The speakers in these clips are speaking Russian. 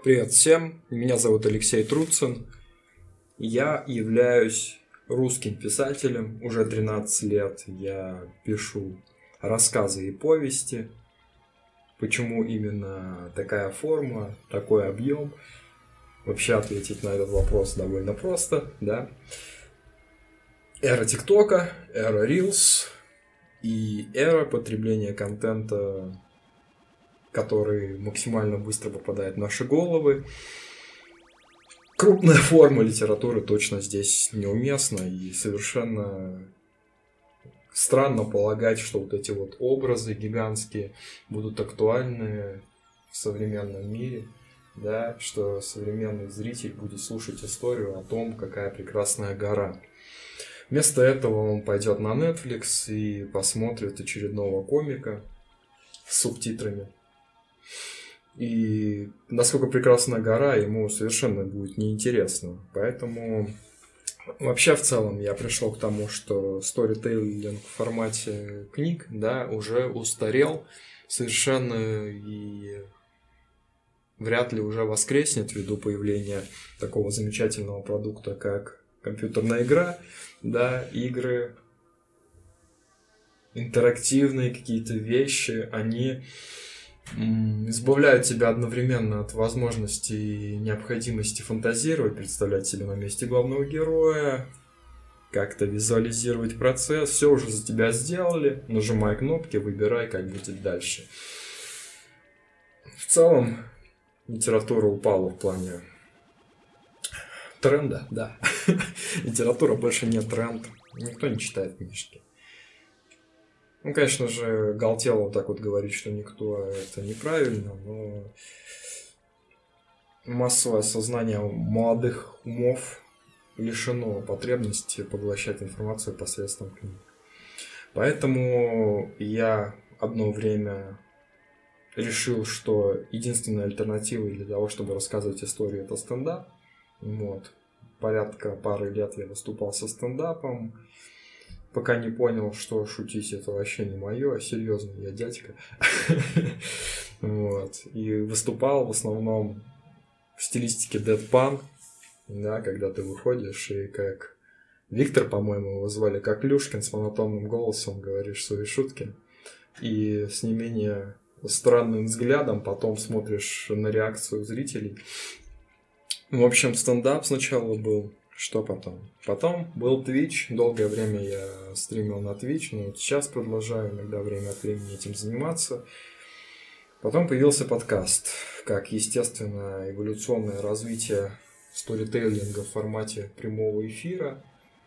Привет всем, меня зовут Алексей Труцин. Я являюсь русским писателем уже 13 лет. Я пишу рассказы и повести. Почему именно такая форма, такой объем? Вообще ответить на этот вопрос довольно просто, да? Эра ТикТока, эра Reels и эра потребления контента, который максимально быстро попадает в наши головы. Крупная форма литературы точно здесь неуместна, и совершенно странно полагать, что вот эти вот образы гигантские будут актуальны в современном мире, да, что современный зритель будет слушать историю о том, какая прекрасная гора. Вместо этого он пойдет на Netflix и посмотрит очередного комика с субтитрами. И насколько прекрасна гора, ему совершенно будет неинтересно. Поэтому вообще в целом я пришел к тому, что сторителлинг в формате книг, да, уже устарел совершенно и вряд ли уже воскреснет ввиду появления такого замечательного продукта, как компьютерная игра, да, игры, интерактивные какие-то вещи, они избавляют тебя одновременно от возможности и необходимости фантазировать, представлять себя на месте главного героя, как-то визуализировать процесс. Все уже за тебя сделали, нажимай кнопки, выбирай, как будет дальше. В целом, литература упала в плане тренда, да. Литература больше не тренд, никто не читает книжки. Ну, конечно же, галтело вот так вот говорить, что никто, это неправильно, но массовое сознание молодых умов лишено потребности поглощать информацию посредством книг. Поэтому я одно время решил, что единственная альтернатива для того, чтобы рассказывать историю, это стендап. Вот. Порядка пары лет я выступал со стендапом. Пока не понял, что шутить это вообще не мое, серьезно, я дядька. Вот. И выступал в основном в стилистике дэдпан, да, когда ты выходишь и как Виктор, по-моему, его звали, как Люшкин, с монотонным голосом говоришь свои шутки. И с не менее странным взглядом потом смотришь на реакцию зрителей. В общем, стендап сначала был. Что потом? Потом был Twitch. Долгое время я стримил на Twitch, но вот сейчас продолжаю иногда время от времени этим заниматься. Потом появился подкаст, как естественно эволюционное развитие сторителлинга в формате прямого эфира.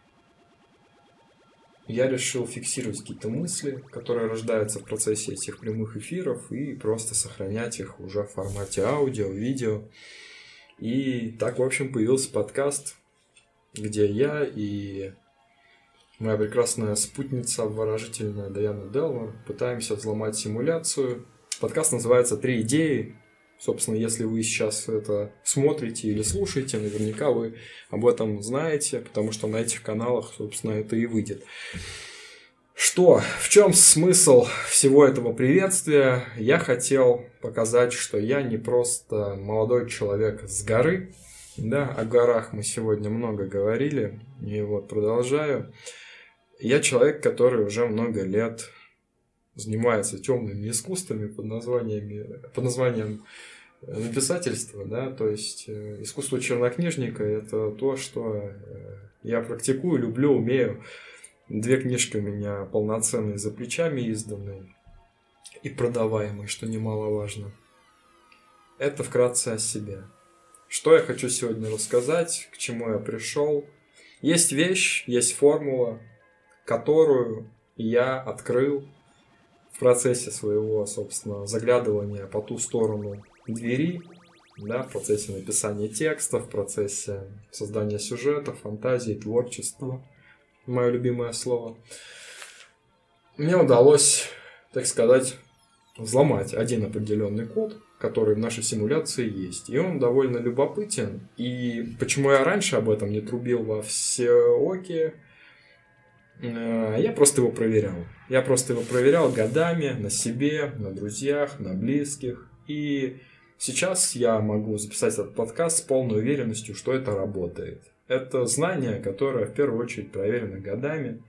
Я решил фиксировать какие-то мысли, которые рождаются в процессе этих прямых эфиров, и просто сохранять их уже в формате аудио, видео. И так, в общем, появился подкаст, где я и моя прекрасная спутница обворожительная Даяна Делмор пытаемся взломать симуляцию. Подкаст называется «Три идеи». Собственно, если вы сейчас это смотрите или слушаете, наверняка вы об этом знаете, потому что на этих каналах, собственно, это и выйдет. Что? В чем смысл всего этого приветствия? Я хотел показать, что я не просто молодой человек с горы. Да, о горах мы сегодня много говорили, и вот продолжаю. Я человек, который уже много лет занимается темными искусствами под названием написательства, да, то есть искусство чернокнижника – это то, что я практикую, люблю, умею. 2 книжки у меня полноценные за плечами изданные и продаваемые, что немаловажно. Это вкратце о себе. Что я хочу сегодня рассказать, к чему я пришел. Есть вещь, есть формула, которую я открыл в процессе своего, собственно, заглядывания по ту сторону двери, да, в процессе написания текстов, в процессе создания сюжета, фантазии, творчества. Мое любимое слово. Мне удалось, так сказать, взломать один определенный код, который в нашей симуляции есть. И он довольно любопытен. И почему я раньше об этом не трубил во всеоке, я просто его проверял. Я просто его проверял годами на себе, на друзьях, на близких. И сейчас я могу записать этот подкаст с полной уверенностью, что это работает. Это знание, которое в первую очередь проверено годами.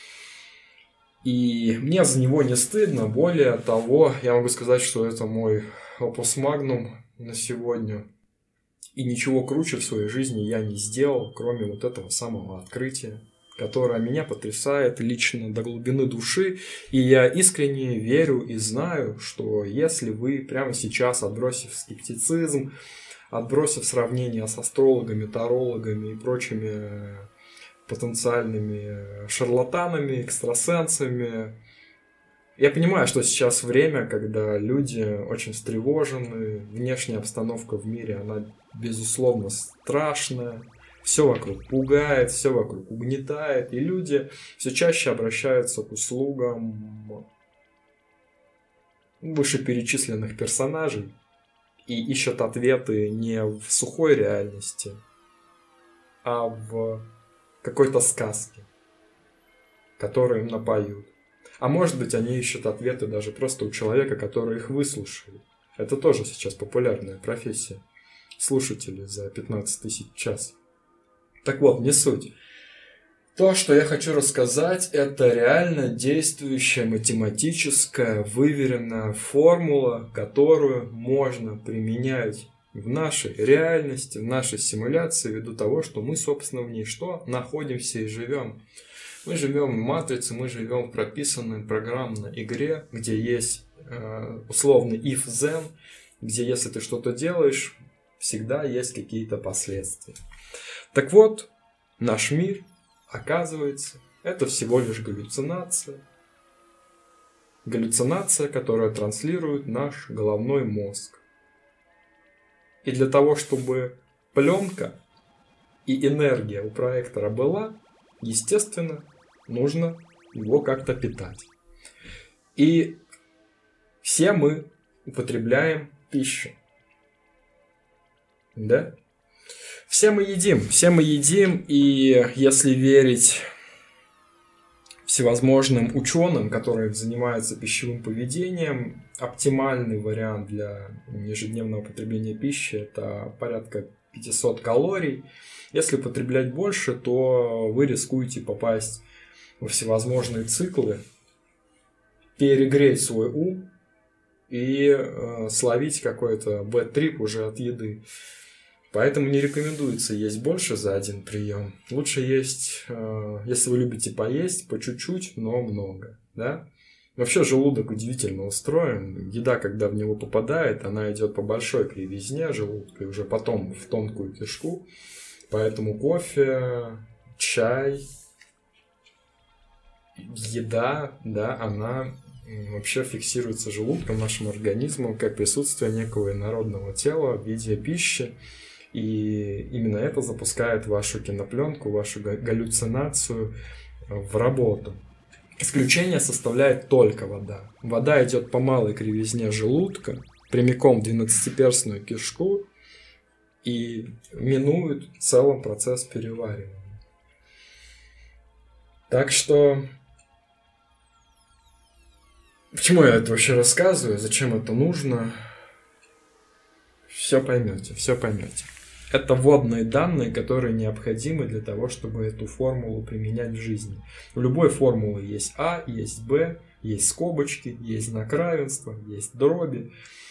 И мне за него не стыдно. Более того, я могу сказать, что это мой opus magnum на сегодня. И ничего круче в своей жизни я не сделал, кроме вот этого самого открытия, которое меня потрясает лично до глубины души. И я искренне верю и знаю, что если вы прямо сейчас, отбросив скептицизм, отбросив сравнение с астрологами, тарологами и прочими потенциальными шарлатанами, экстрасенсами. Я понимаю, что сейчас время, когда люди очень встревожены, внешняя обстановка в мире, она безусловно страшная, все вокруг пугает, все вокруг угнетает, и люди все чаще обращаются к услугам вышеперечисленных персонажей и ищут ответы не в сухой реальности, а в какой-то сказки, которую им напоют. А может быть, они ищут ответы даже просто у человека, который их выслушает. Это тоже сейчас популярная профессия. Слушатели за 15 тысяч в час. Так вот, не суть. То, что я хочу рассказать, это реально действующая математическая выверенная формула, которую можно применять в нашей реальности, в нашей симуляции, ввиду того, что мы, собственно, в ней что? Находимся и живем. Мы живем в матрице, мы живем в прописанной программной игре, где есть условный if-then, где если ты что-то делаешь, всегда есть какие-то последствия. Так вот, наш мир, оказывается, это всего лишь галлюцинация. Галлюцинация, которая транслирует наш головной мозг. И для того, чтобы пленка и энергия у проектора была, естественно, нужно его как-то питать. И все мы употребляем пищу. Да? Все мы едим, и если верить всевозможным ученым, которые занимаются пищевым поведением, оптимальный вариант для ежедневного потребления пищи – это порядка 500 калорий. Если потреблять больше, то вы рискуете попасть во всевозможные циклы, перегреть свой ум и словить какой-то бэд-трип уже от еды. Поэтому не рекомендуется есть больше за один прием. Лучше есть, если вы любите поесть, по чуть-чуть, но много. Да? Вообще желудок удивительно устроен. Еда, когда в него попадает, она идет по большой кривизне желудка и уже потом в тонкую кишку. Поэтому кофе, чай, еда, да, она вообще фиксируется желудком, нашим организмом, как присутствие некого инородного тела в виде пищи. И именно это запускает вашу кинопленку, вашу галлюцинацию в работу. Исключение составляет только вода. Вода идет по малой кривизне желудка, прямиком в 12-перстную кишку и минует в целом процесс переваривания. Так что... Почему я это вообще рассказываю? Зачем это нужно? Все поймете. Это вводные данные, которые необходимы для того, чтобы эту формулу применять в жизни. У любой формулы есть А, есть Б, есть скобочки, есть знак равенства, есть дроби.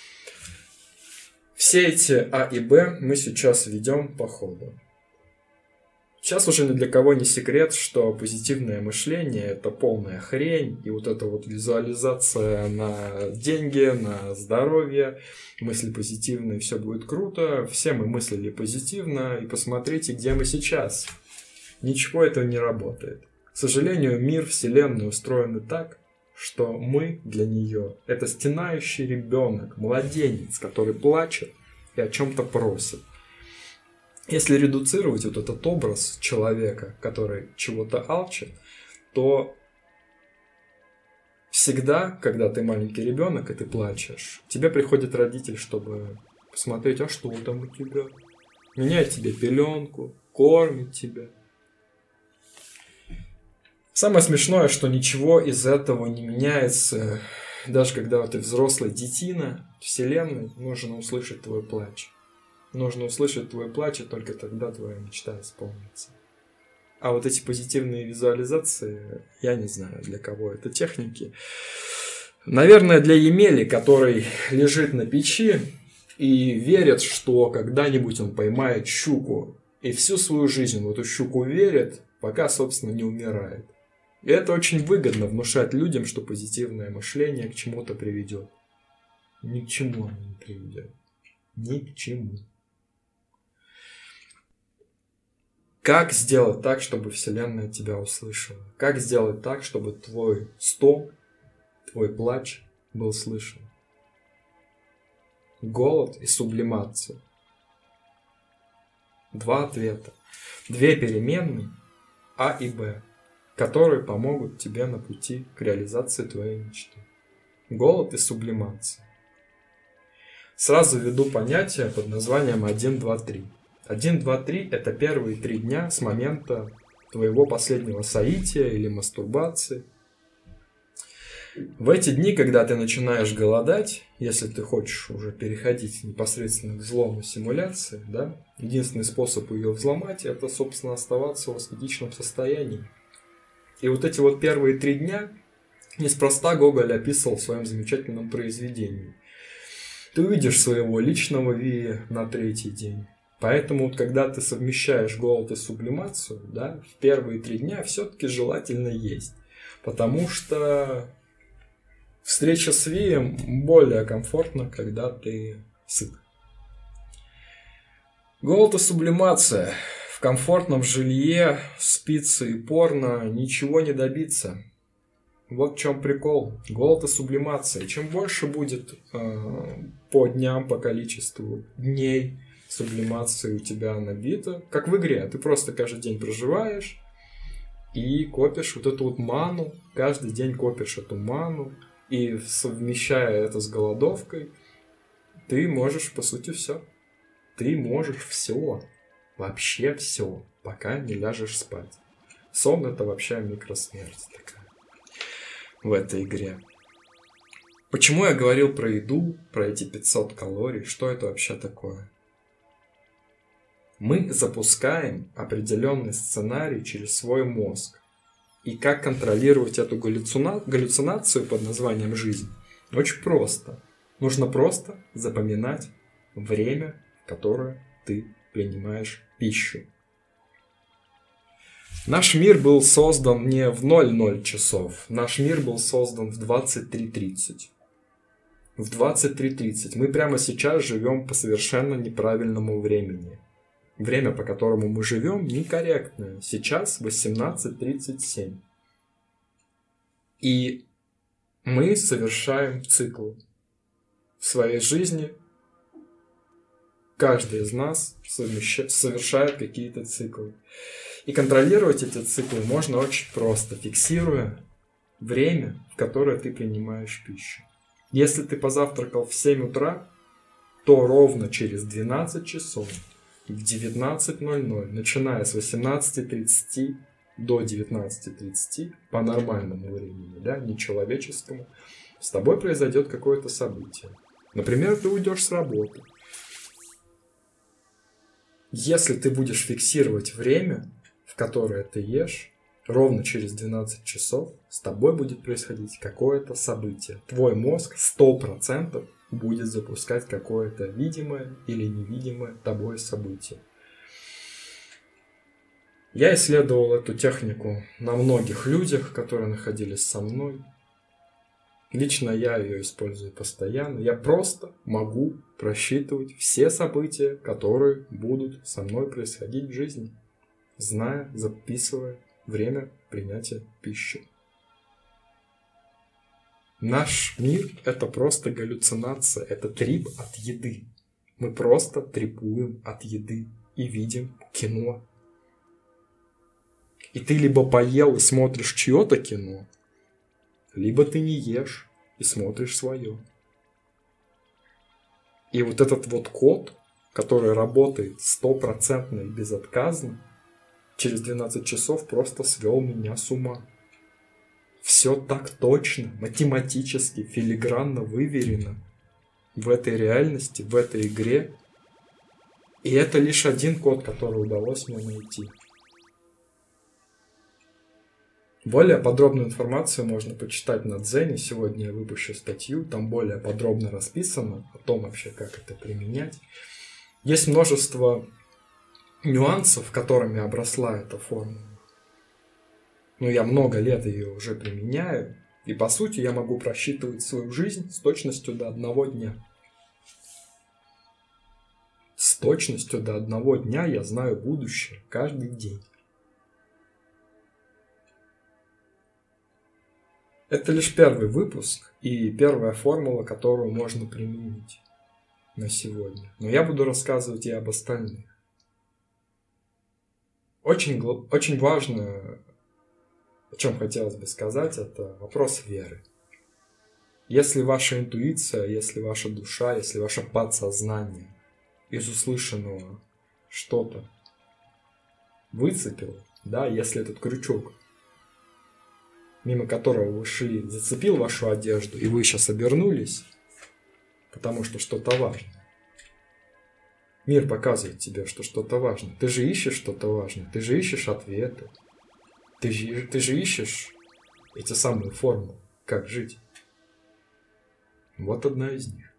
Все эти А и Б мы сейчас введем по ходу. Сейчас уже ни для кого не секрет, что позитивное мышление – это полная хрень, и вот эта вот визуализация на деньги, на здоровье, мысли позитивные, все будет круто. Все мы мыслили позитивно, и посмотрите, где мы сейчас. Ничего этого не работает. К сожалению, мир, вселенная устроены так, что мы для нее – это стенающий ребенок, младенец, который плачет и о чем-то просит. Если редуцировать вот этот образ человека, который чего-то алчит, то всегда, когда ты маленький ребенок и ты плачешь, тебе приходит родитель, чтобы посмотреть, а что там у тебя? Меняет тебе пеленку, кормит тебя. Самое смешное, что ничего из этого не меняется даже когда ты взрослый детина, Вселенной, нужно услышать твой плач. Нужно услышать твой плач, и только тогда твоя мечта исполнится. А вот эти позитивные визуализации, я не знаю, для кого это техники. Наверное, для Емели, который лежит на печи и верит, что когда-нибудь он поймает щуку. И всю свою жизнь в эту щуку верит, пока, собственно, не умирает. И это очень выгодно внушать людям, что позитивное мышление к чему-то приведет. Ни к чему оно не приведет. Ни к чему. Как сделать так, чтобы Вселенная тебя услышала? Как сделать так, чтобы твой стон, твой плач был слышен? Голод и сублимация. Два ответа. Две переменные А и Б, которые помогут тебе на пути к реализации твоей мечты. Голод и сублимация. Сразу введу понятие под названием 1, 2, 3. 1, 2, 3 – это первые 3 дня с момента твоего последнего соития или мастурбации. В эти дни, когда ты начинаешь голодать, если ты хочешь уже переходить непосредственно к взлому симуляции, да, единственный способ ее взломать – это, собственно, оставаться в аскетичном состоянии. И вот эти вот первые 3 дня неспроста Гоголь описывал в своем замечательном произведении. Ты увидишь своего личного Вия на 3-й день. Поэтому, когда ты совмещаешь голод и сублимацию, да, в первые 3 дня все-таки желательно есть. Потому что встреча с Вием более комфортна, когда ты сыт. Голод и сублимация. В комфортном жилье, с пиццей и порно ничего не добиться. Вот в чем прикол. Голод и сублимация. Чем больше будет по дням, по количеству дней сублимации у тебя набито, как в игре, ты просто каждый день проживаешь и копишь вот эту вот ману, каждый день копишь эту ману, и совмещая это с голодовкой, ты можешь, по сути, все. Ты можешь все, вообще все, пока не ляжешь спать. Сон — это вообще микросмерть такая в этой игре. Почему я говорил про еду, про эти 500 калорий, что это вообще такое? Мы запускаем определенный сценарий через свой мозг. И как контролировать эту галлюцинацию под названием «жизнь»? Очень просто. Нужно просто запоминать время, в которое ты принимаешь пищу. Наш мир был создан не в 00 часов. Наш мир был создан в 23:30. В 23:30. Мы прямо сейчас живем по совершенно неправильному времени. Время, по которому мы живем, некорректное. Сейчас 18:37. И мы совершаем циклы. В своей жизни каждый из нас совершает какие-то циклы. И контролировать эти циклы можно очень просто, фиксируя время, в которое ты принимаешь пищу. Если ты позавтракал в 7 утра, то ровно через 12 часов в 19:00, начиная с 18:30 до 19:30 по нормальному времени, да, не человеческому, с тобой произойдет какое-то событие. Например, ты уйдешь с работы. Если ты будешь фиксировать время, в которое ты ешь, ровно через 12 часов с тобой будет происходить какое-то событие. Твой мозг 100% будет запускать какое-то видимое или невидимое тобой событие. Я исследовал эту технику на многих людях, которые находились со мной. Лично я ее использую постоянно. Я просто могу просчитывать все события, которые будут со мной происходить в жизни, зная, записывая время принятия пищи. Наш мир — это просто галлюцинация, это трип от еды. Мы просто трипуем от еды и видим кино. И ты либо поел и смотришь чье-то кино, либо ты не ешь и смотришь свое. И вот этот вот код, который работает 100% и безотказно, через 12 часов просто свел меня с ума. Все так точно, математически, филигранно выверено в этой реальности, в этой игре. И это лишь один код, который удалось мне найти. Более подробную информацию можно почитать на Дзене. Сегодня я выпущу статью, там более подробно расписано о том вообще, как это применять. Есть множество нюансов, которыми обросла эта формула. Но я много лет ее уже применяю, и по сути я могу просчитывать свою жизнь с точностью до 1 дня. С точностью до 1 дня я знаю будущее каждый день. Это лишь первый выпуск и первая формула, которую можно применить на сегодня. Но я буду рассказывать и об остальных. Очень важно, о чем хотелось бы сказать, это вопрос веры. Если ваша интуиция, если ваша душа, если ваше подсознание из услышанного что-то выцепило, да, если этот крючок, мимо которого вы шли, зацепил вашу одежду, и вы сейчас обернулись, потому что что-то важно. Мир показывает тебе, что что-то важно. Ты же ищешь что-то важное, ты же ищешь ответы. Ты же ищешь эти самые формулы, как жить. Вот одна из них.